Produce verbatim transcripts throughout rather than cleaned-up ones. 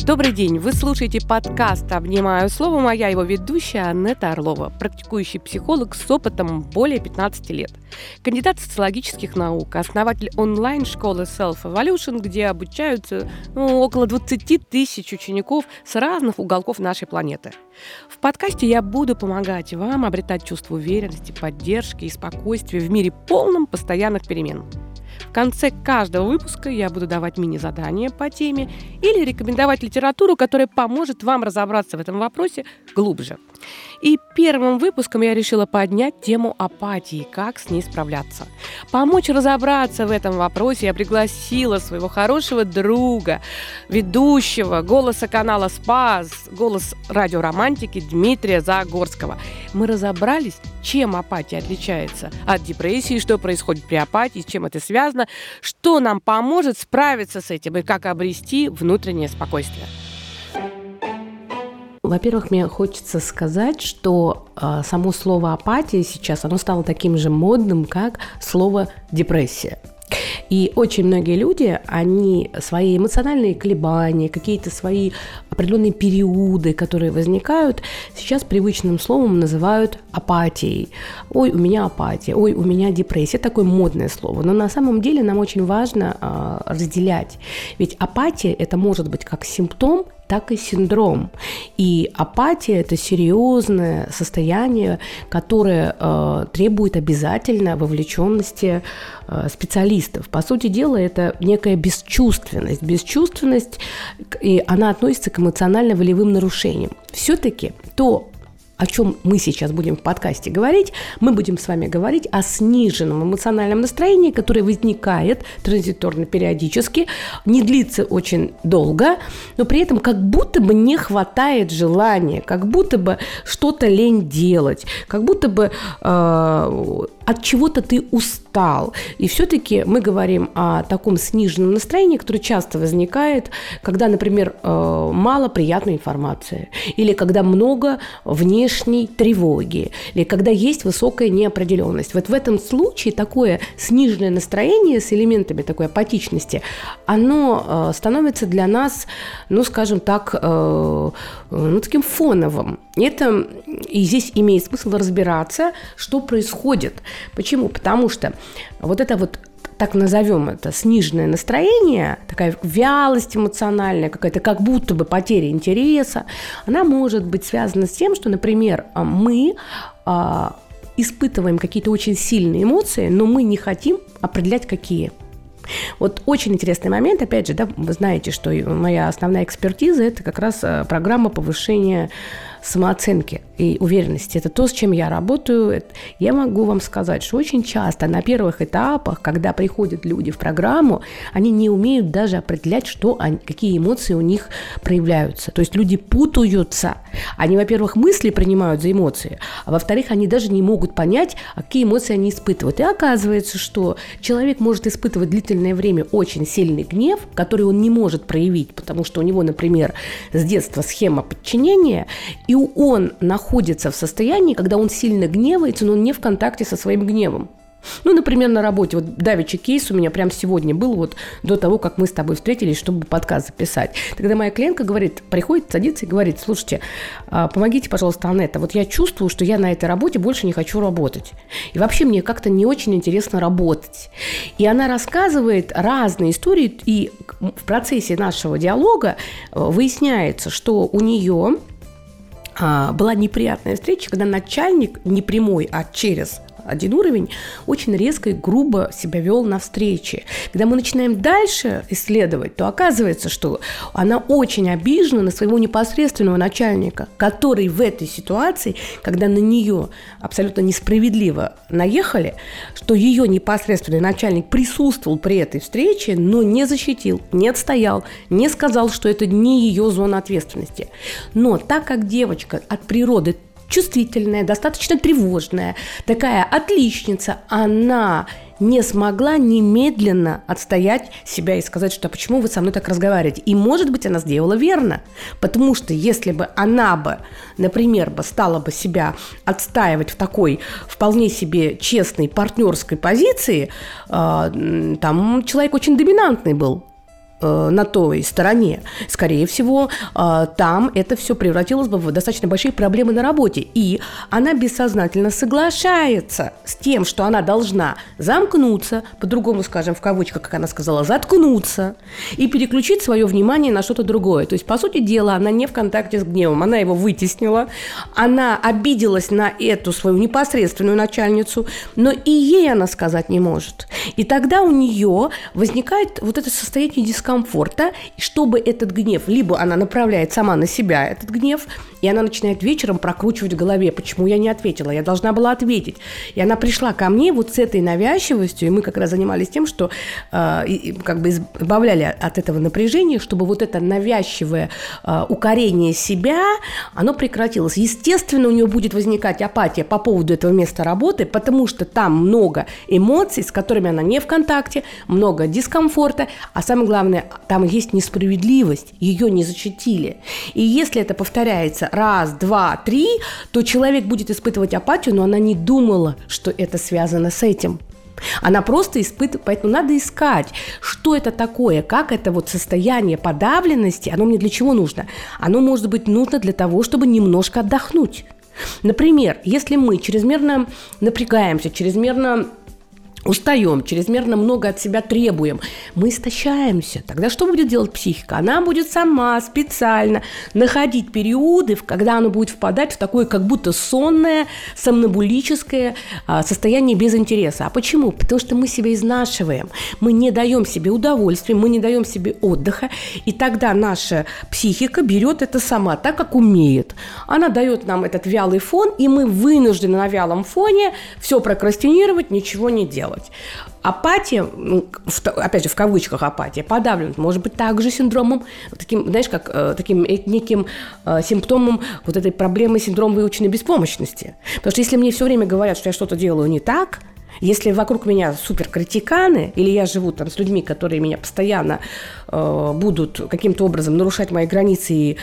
Добрый день, вы слушаете подкаст «Обнимаю словом», а я его ведущая Анетта Орлова, практикующий психолог с опытом более пятнадцати лет. Кандидат социологических наук, основатель онлайн-школы Self-Evolution, где обучаются ну, около двадцати тысяч учеников с разных уголков нашей планеты. В подкасте я буду помогать вам обретать чувство уверенности, поддержки и спокойствия в мире полном постоянных перемен. В конце каждого выпуска я буду давать мини-задания по теме или рекомендовать литературу, которая поможет вам разобраться в этом вопросе глубже. И первым выпуском я решила поднять тему апатии, как с ней справляться. Помочь разобраться в этом вопросе я пригласила своего хорошего друга, ведущего «Голоса» канала «Спас», «Голос» радиоромантики Дмитрия Загорского. Мы разобрались, чем апатия отличается от депрессии, что происходит при апатии, с чем это связано, что нам поможет справиться с этим и как обрести внутреннее спокойствие. Во-первых, мне хочется сказать, что э, само слово «апатия» сейчас, оно стало таким же модным, как слово «депрессия». И очень многие люди, они свои эмоциональные колебания, какие-то свои определенные периоды, которые возникают, сейчас привычным словом называют апатией. Ой, у меня апатия, ой, у меня депрессия. Это такое модное слово. Но на самом деле нам очень важно э, разделять. Ведь апатия – это может быть как симптом, так и синдром. И апатия – это серьезное состояние, которое э, требует обязательно вовлеченности э, специалистов. По сути дела, это некая бесчувственность. Бесчувственность, и она относится к эмоционально-волевым нарушениям. Все-таки то, о чем мы сейчас будем в подкасте говорить, мы будем с вами говорить о сниженном эмоциональном настроении, которое возникает транзиторно периодически, не длится очень долго, но при этом как будто бы не хватает желания, как будто бы что-то лень делать, как будто бы э, от чего-то ты устал. И все-таки мы говорим о таком сниженном настроении, которое часто возникает, когда, например, э, мало приятной информации, или когда много внешней тревоги, или когда есть высокая неопределенность. Вот в этом случае такое сниженное настроение с элементами такой апатичности, оно э, становится для нас, ну, скажем так, э, ну, таким фоновым. Это, и здесь имеет смысл разбираться, что происходит. Почему? Потому что вот это вот, так назовем это, сниженное настроение, такая вялость эмоциональная, какая-то как будто бы потеря интереса, она может быть связана с тем, что, например, мы а, испытываем какие-то очень сильные эмоции, но мы не хотим определять, какие. Вот очень интересный момент, опять же, да, вы знаете, что моя основная экспертиза – это как раз программа повышения самооценки и уверенности. Это то, с чем я работаю. Я могу вам сказать, что очень часто на первых этапах, когда приходят люди в программу, они не умеют даже определять, что они, какие эмоции у них проявляются. То есть люди путаются. Они, во-первых, мысли принимают за эмоции, а во-вторых, они даже не могут понять, какие эмоции они испытывают. И оказывается, что человек может испытывать длительное время очень сильный гнев, который он не может проявить, потому что у него, например, с детства схема подчинения, и он находится в состоянии, когда он сильно гневается, но он не в контакте со своим гневом. Ну, например, на работе. Вот давеча кейс у меня прямо сегодня был, вот до того, как мы с тобой встретились, чтобы подкаст записать. Тогда моя клиентка говорит, приходит, садится и говорит: слушайте, помогите, пожалуйста, Анетта, вот я чувствую, что я на этой работе больше не хочу работать. И вообще мне как-то не очень интересно работать. И она рассказывает разные истории, и в процессе нашего диалога выясняется, что у нее была неприятная встреча, когда начальник не прямой, а через один уровень очень резко и грубо себя вел на встрече. Когда мы начинаем дальше исследовать, то оказывается, что она очень обижена на своего непосредственного начальника, который в этой ситуации, когда на нее абсолютно несправедливо наехали, что ее непосредственный начальник присутствовал при этой встрече, но не защитил, не отстоял, не сказал, что это не ее зона ответственности. Но так как девочка от природы чувствительная, достаточно тревожная, такая отличница, она не смогла немедленно отстоять себя и сказать, что а почему вы со мной так разговариваете? И, может быть, она сделала верно, потому что если бы она бы, например, бы стала бы себя отстаивать в такой вполне себе честной партнерской позиции, э, там человек очень доминантный был. на той стороне, скорее всего, там это все превратилось бы в достаточно большие проблемы на работе. И она бессознательно соглашается с тем, что она должна замкнуться, по-другому скажем, в кавычках, как она сказала, заткнуться и переключить свое внимание на что-то другое. То есть, по сути дела, она не в контакте с гневом, она его вытеснила, она обиделась на эту свою непосредственную начальницу, но и ей она сказать не может. И тогда у нее возникает вот это состояние дискомфорта, комфорта, чтобы этот гнев, либо она направляет сама на себя этот гнев, и она начинает вечером прокручивать в голове, почему я не ответила, я должна была ответить. И она пришла ко мне вот с этой навязчивостью, и мы как раз занимались тем, что э, и, как бы избавляли от этого напряжения, чтобы вот это навязчивое э, укорение себя, оно прекратилось. Естественно, у нее будет возникать апатия по поводу этого места работы, потому что там много эмоций, с которыми она не в контакте, много дискомфорта, а самое главное, там есть несправедливость, ее не защитили. И если это повторяется раз, два, три, то человек будет испытывать апатию, но она не думала, что это связано с этим. Она просто испытывает, поэтому надо искать, что это такое, как это вот состояние подавленности, оно мне для чего нужно? Оно может быть нужно для того, чтобы немножко отдохнуть. Например, если мы чрезмерно напрягаемся, чрезмерно устаем, чрезмерно много от себя требуем, мы истощаемся. Тогда что будет делать психика? Она будет сама специально находить периоды, когда она будет впадать в такое как будто сонное, сомнамбулическое состояние без интереса. А почему? Потому что мы себя изнашиваем, мы не даем себе удовольствия, мы не даем себе отдыха, и тогда наша психика берет это сама, так как умеет. Она дает нам этот вялый фон, и мы вынуждены на вялом фоне все прокрастинировать, ничего не делать. Апатия, ну, в, опять же, в кавычках апатия, подавленность, может быть также синдромом, таким, знаешь, как э, таким неким э, симптомом вот этой проблемы синдрома выученной беспомощности. Потому что если мне все время говорят, что я что-то делаю не так, если вокруг меня суперкритиканы, или я живу там с людьми, которые меня постоянно э, будут каким-то образом нарушать мои границы и,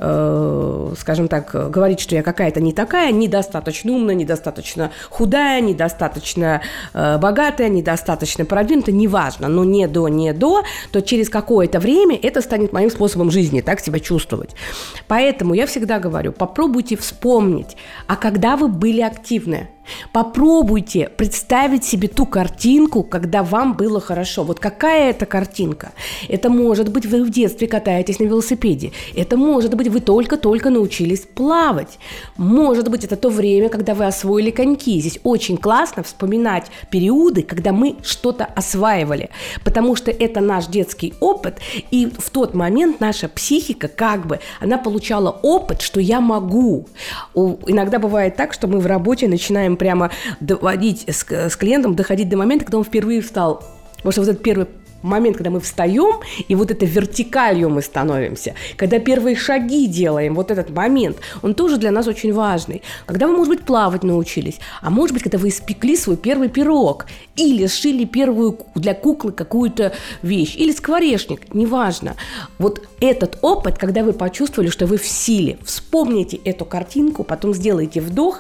э, скажем так, говорить, что я какая-то не такая, недостаточно умная, недостаточно худая, недостаточно э, богатая, недостаточно продвинутая, неважно, но не до, не до, то через какое-то время это станет моим способом жизни, так себя чувствовать. Поэтому я всегда говорю, попробуйте вспомнить, а когда вы были активны, попробуйте представить себе ту картинку, когда вам было хорошо. Вот какая это картинка? Это может быть, вы в детстве катаетесь на велосипеде. Это может быть, вы только-только научились плавать. Может быть, это то время, когда вы освоили коньки. Здесь очень классно вспоминать периоды, когда мы что-то осваивали. Потому что это наш детский опыт, и в тот момент наша психика как бы, она получала опыт, что я могу. Иногда бывает так, что мы в работе начинаем прямо доводить с, с клиентом, доходить до момента, когда он впервые встал. Потому что вот этот первый момент, когда мы встаем, и вот это вертикалью мы становимся, когда первые шаги делаем, вот этот момент, он тоже для нас очень важный. Когда вы, может быть, плавать научились, а может быть, когда вы испекли свой первый пирог, или сшили первую для куклы какую-то вещь, или скворечник, неважно. Вот этот опыт, когда вы почувствовали, что вы в силе, вспомните эту картинку, потом сделайте вдох,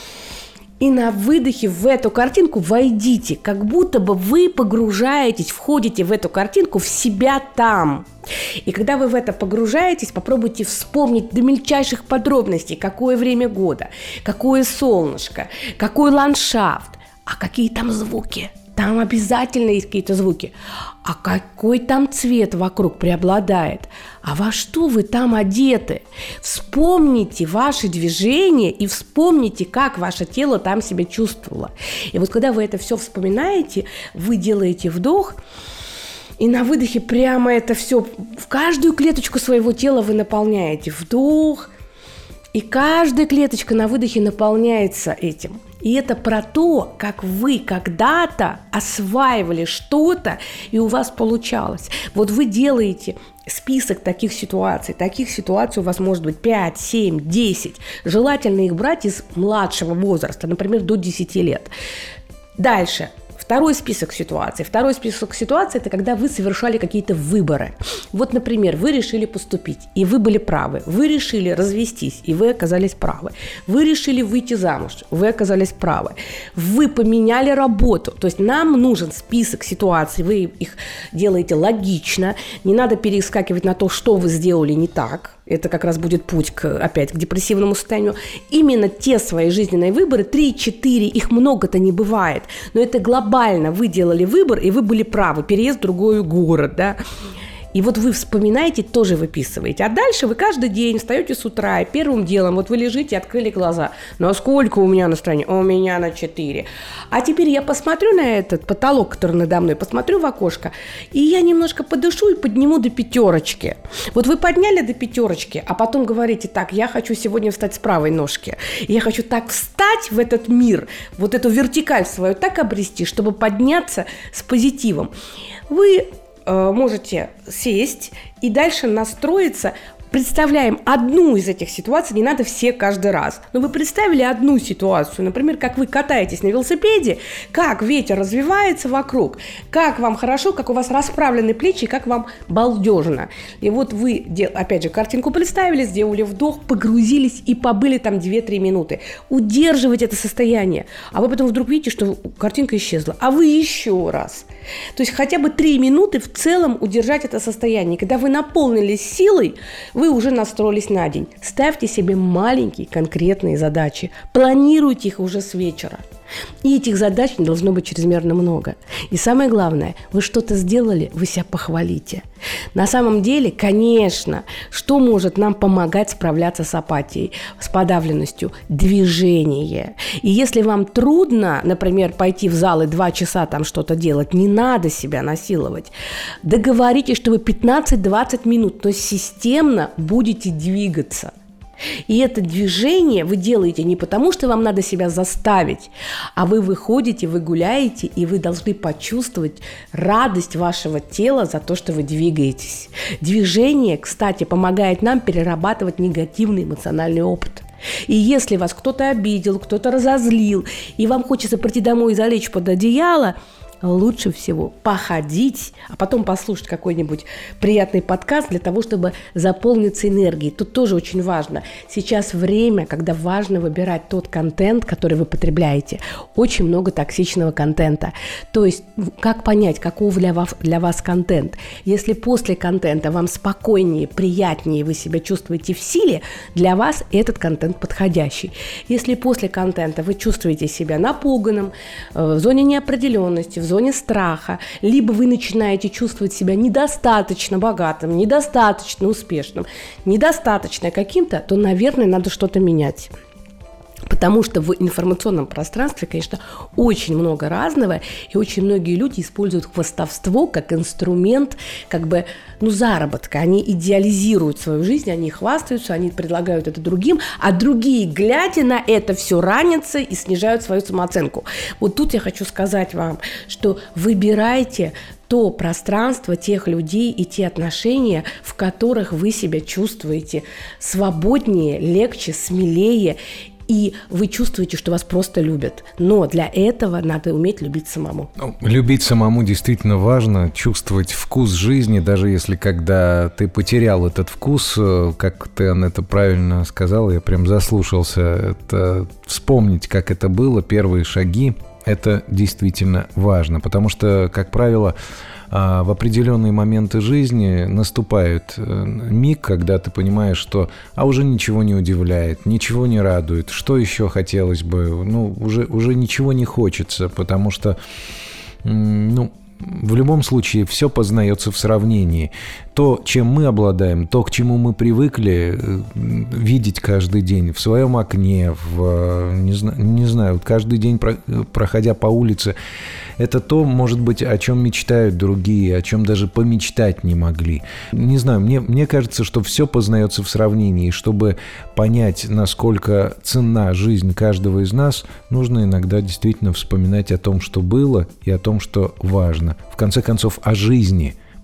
и на выдохе в эту картинку войдите, как будто бы вы погружаетесь, входите в эту картинку, в себя там. И когда вы в это погружаетесь, попробуйте вспомнить до мельчайших подробностей, какое время года, какое солнышко, какой ландшафт, а какие там звуки. Там обязательно есть какие-то звуки. А какой там цвет вокруг преобладает? А во что вы там одеты? Вспомните ваши движения и вспомните, как ваше тело там себя чувствовало. И вот когда вы это все вспоминаете, вы делаете вдох, и на выдохе прямо это все, в каждую клеточку своего тела вы наполняете. Вдох, и каждая клеточка на выдохе наполняется этим. И это про то, как вы когда-то осваивали что-то, и у вас получалось. Вот вы делаете список таких ситуаций. Таких ситуаций у вас может быть пять, семь, десять. Желательно их брать из младшего возраста, например, до десяти лет. Дальше. Второй список ситуаций. Второй список ситуаций – это когда вы совершали какие-то выборы. Вот, например, вы решили поступить, и вы были правы. Вы решили развестись, и вы оказались правы. Вы решили выйти замуж, вы оказались правы. Вы поменяли работу. То есть нам нужен список ситуаций, вы их делаете логично, не надо перескакивать на то, что вы сделали не так. Это как раз будет путь к, опять к депрессивному состоянию. Именно те свои жизненные выборы, три-четыре, их много-то не бывает. Но это глобально. Вы делали выбор, и вы были правы. Переезд в другой город, да. И вот вы вспоминаете, тоже выписываете. А дальше вы каждый день встаете с утра, и первым делом вот вы лежите, открыли глаза. Ну а сколько у меня настроения? У меня на четыре. А теперь я посмотрю на этот потолок, который надо мной, посмотрю в окошко, и я немножко подышу и подниму до пятерочки. Вот вы подняли до пятерочки, а потом говорите: так, я хочу сегодня встать с правой ножки. Я хочу так встать в этот мир, вот эту вертикаль свою так обрести, чтобы подняться с позитивом. Вы можете сесть и дальше настроиться. Представляем одну из этих ситуаций, не надо все каждый раз. Но вы представили одну ситуацию, например, как вы катаетесь на велосипеде, как ветер развивается вокруг, как вам хорошо, как у вас расправлены плечи, как вам балдежно. И вот вы, опять же, картинку представили, сделали вдох, погрузились и побыли там две-три минуты. Удерживать это состояние. А вы потом вдруг видите, что картинка исчезла. А вы еще раз. То есть хотя бы три минуты в целом удержать это состояние. Когда вы наполнились силой, вы уже настроились на день. Ставьте себе маленькие конкретные задачи. Планируйте их уже с вечера. И этих задач не должно быть чрезмерно много. И самое главное, вы что-то сделали, вы себя похвалите. На самом деле, конечно, что может нам помогать справляться с апатией, с подавленностью? Движение. И если вам трудно, например, пойти в зал и два часа там что-то делать, не надо себя насиловать. Договоритесь, что вы пятнадцать-двадцать минут, но системно будете двигаться. И это движение вы делаете не потому, что вам надо себя заставить, а вы выходите, вы гуляете, и вы должны почувствовать радость вашего тела за то, что вы двигаетесь. Движение, кстати, помогает нам перерабатывать негативный эмоциональный опыт. И если вас кто-то обидел, кто-то разозлил, и вам хочется прийти домой и залечь под одеяло, лучше всего походить, а потом послушать какой-нибудь приятный подкаст для того, чтобы заполниться энергией. Тут тоже очень важно. Сейчас время, когда важно выбирать тот контент, который вы потребляете. Очень много токсичного контента. То есть, как понять, каков для вас, для вас контент? Если после контента вам спокойнее, приятнее, вы себя чувствуете в силе, для вас этот контент подходящий. Если после контента вы чувствуете себя напуганным, в зоне неопределенности, в зоне страха, либо вы начинаете чувствовать себя недостаточно богатым, недостаточно успешным, недостаточно каким-то, то, наверное, надо что-то менять. Потому что в информационном пространстве, конечно, очень много разного, и очень многие люди используют хвастовство как инструмент, как бы, ну, заработка. Они идеализируют свою жизнь, они хвастаются, они предлагают это другим, а другие, глядя на это, все ранятся и снижают свою самооценку. Вот тут я хочу сказать вам, что выбирайте то пространство тех людей и те отношения, в которых вы себя чувствуете свободнее, легче, смелее, и вы чувствуете, что вас просто любят. Но для этого надо уметь любить самому. Любить самому действительно важно, чувствовать вкус жизни, даже если когда ты потерял этот вкус, как ты, Анетта, правильно сказала, я прям заслушался, это вспомнить, как это было, первые шаги, это действительно важно, потому что, как правило, в определенные моменты жизни наступает миг, когда ты понимаешь, что а уже ничего не удивляет, ничего не радует, что еще хотелось бы, ну, уже, уже ничего не хочется, потому что, ну, в любом случае все познается в сравнении. То, чем мы обладаем, то, к чему мы привыкли видеть каждый день в своем окне, в, не знаю, не знаю, вот каждый день, проходя по улице, это то, может быть, о чем мечтают другие, о чем даже помечтать не могли. Не знаю, мне, мне кажется, что все познается в сравнении. И чтобы понять, насколько ценна жизнь каждого из нас, нужно иногда действительно вспоминать о том, что было, и о том, что важно. В конце концов, о жизни.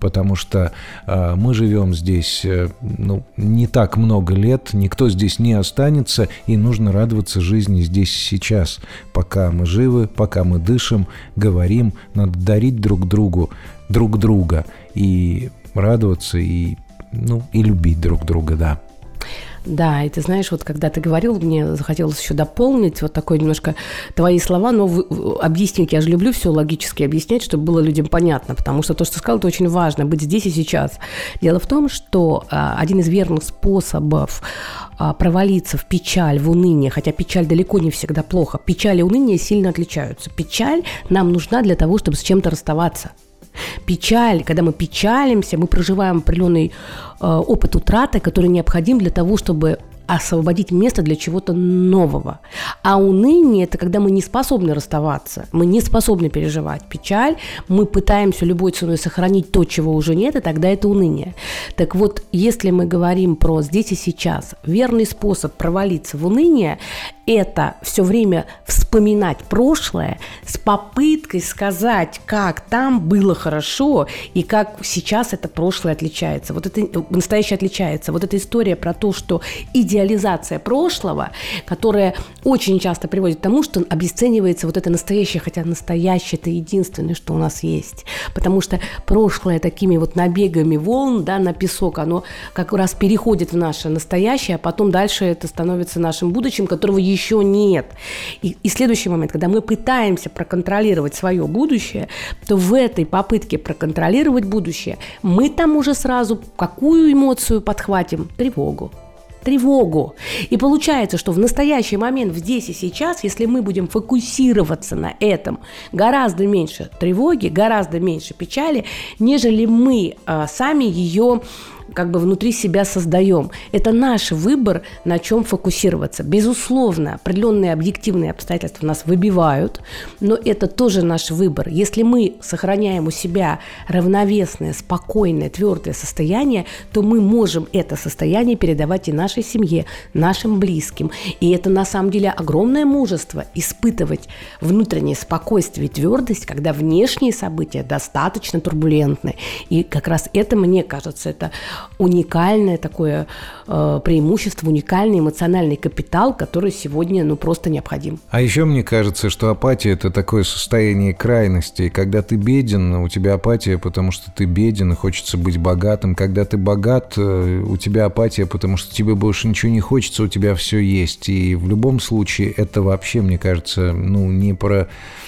потому что э, мы живем здесь э, ну, не так много лет, никто здесь не останется, и нужно радоваться жизни здесь сейчас. Пока мы живы, пока мы дышим, говорим, надо дарить друг другу друг друга и радоваться, и, ну, и любить друг друга, да. Да, и ты знаешь, вот когда ты говорил, мне захотелось еще дополнить вот такое немножко твои слова, но в, объяснить, я же люблю все логически объяснять, чтобы было людям понятно, потому что то, что ты сказал, это очень важно, быть здесь и сейчас. Дело в том, что а, один из верных способов а, провалиться в печаль, в уныние, хотя печаль далеко не всегда плохо, печаль и уныние сильно отличаются. Печаль нам нужна для того, чтобы с чем-то расставаться. Печаль, когда мы печалимся, мы проживаем определенный э, опыт утраты, который необходим для того, чтобы освободить место для чего-то нового. А уныние – это когда мы не способны расставаться, мы не способны переживать печаль, мы пытаемся любой ценой сохранить то, чего уже нет, и тогда это уныние. Так вот, если мы говорим про здесь и сейчас, верный способ провалиться в уныние – это все время вспоминать прошлое с попыткой сказать, как там было хорошо и как сейчас это прошлое отличается. Вот это настоящее отличается. Вот эта история про то, что идеализация прошлого, которая очень часто приводит к тому, что обесценивается вот это настоящее, хотя настоящее – это единственное, что у нас есть. Потому что прошлое такими вот набегами волн, да, на песок, оно как раз переходит в наше настоящее, а потом дальше это становится нашим будущим, которого еще нет. И, и следующий момент, когда мы пытаемся проконтролировать свое будущее, то в этой попытке проконтролировать будущее мы там уже сразу какую эмоцию подхватим? Тревогу. Тревогу. И получается, что в настоящий момент, здесь и сейчас, если мы будем фокусироваться на этом, гораздо меньше тревоги, гораздо меньше печали, нежели мы а, сами ее как бы внутри себя создаем. Это наш выбор, на чем фокусироваться. Безусловно, определенные объективные обстоятельства нас выбивают, но это тоже наш выбор. Если мы сохраняем у себя равновесное, спокойное, твердое состояние, то мы можем это состояние передавать и нашей семье, нашим близким. И это на самом деле огромное мужество испытывать внутреннее спокойствие и твердость, когда внешние события достаточно турбулентны. И как раз это, мне кажется, это уникальное такое э, преимущество, уникальный эмоциональный капитал, который сегодня ну, просто необходим. А еще мне кажется, что апатия – это такое состояние крайности. Когда ты беден, у тебя апатия, потому что ты беден и хочется быть богатым. Когда ты богат, у тебя апатия, потому что тебе больше ничего не хочется, у тебя все есть. И в любом случае это вообще, мне кажется, ну, не про...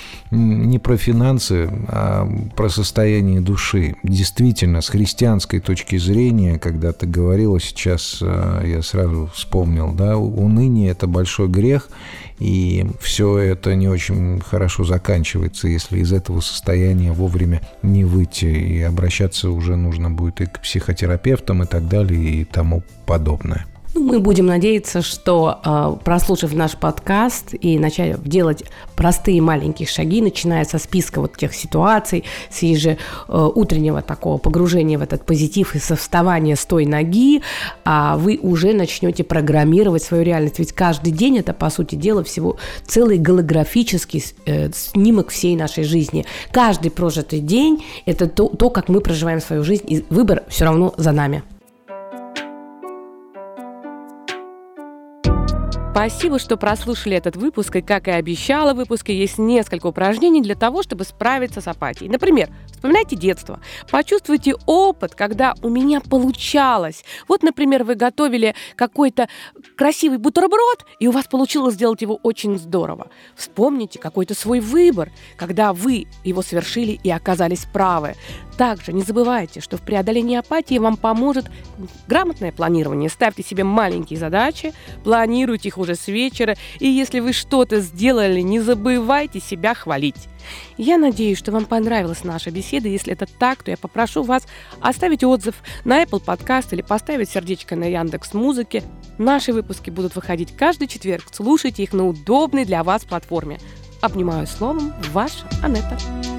не про финансы, а про состояние души. Действительно, с христианской точки зрения, когда ты говорила сейчас, я сразу вспомнил, да, уныние – это большой грех, и все это не очень хорошо заканчивается, если из этого состояния вовремя не выйти, и обращаться уже нужно будет и к психотерапевтам, и так далее, и тому подобное. Мы будем надеяться, что, прослушав наш подкаст и начав делать простые маленькие шаги, начиная со списка вот тех ситуаций, с ежеутреннего такого погружения в этот позитив и со вставания с той ноги, вы уже начнете программировать свою реальность. Ведь каждый день это, по сути дела, всего целый голографический снимок всей нашей жизни. Каждый прожитый день – это то, то, как мы проживаем свою жизнь, и выбор все равно за нами. Спасибо, что прослушали этот выпуск, и, как и обещала в выпуске, есть несколько упражнений для того, чтобы справиться с апатией. Например, вспоминайте детство, почувствуйте опыт, когда у меня получалось. Вот, например, вы готовили какой-то красивый бутерброд, и у вас получилось сделать его очень здорово. Вспомните какой-то свой выбор, когда вы его совершили и оказались правы. Также не забывайте, что в преодолении апатии вам поможет грамотное планирование. Ставьте себе маленькие задачи, планируйте их уже с вечера, и если вы что-то сделали, не забывайте себя хвалить. Я надеюсь, что вам понравилась наша беседа. Если это так, то я попрошу вас оставить отзыв на Apple Podcast или поставить сердечко на Яндекс.Музыке. Наши выпуски будут выходить каждый четверг. Слушайте их на удобной для вас платформе. Обнимаю словом, ваша Анетта.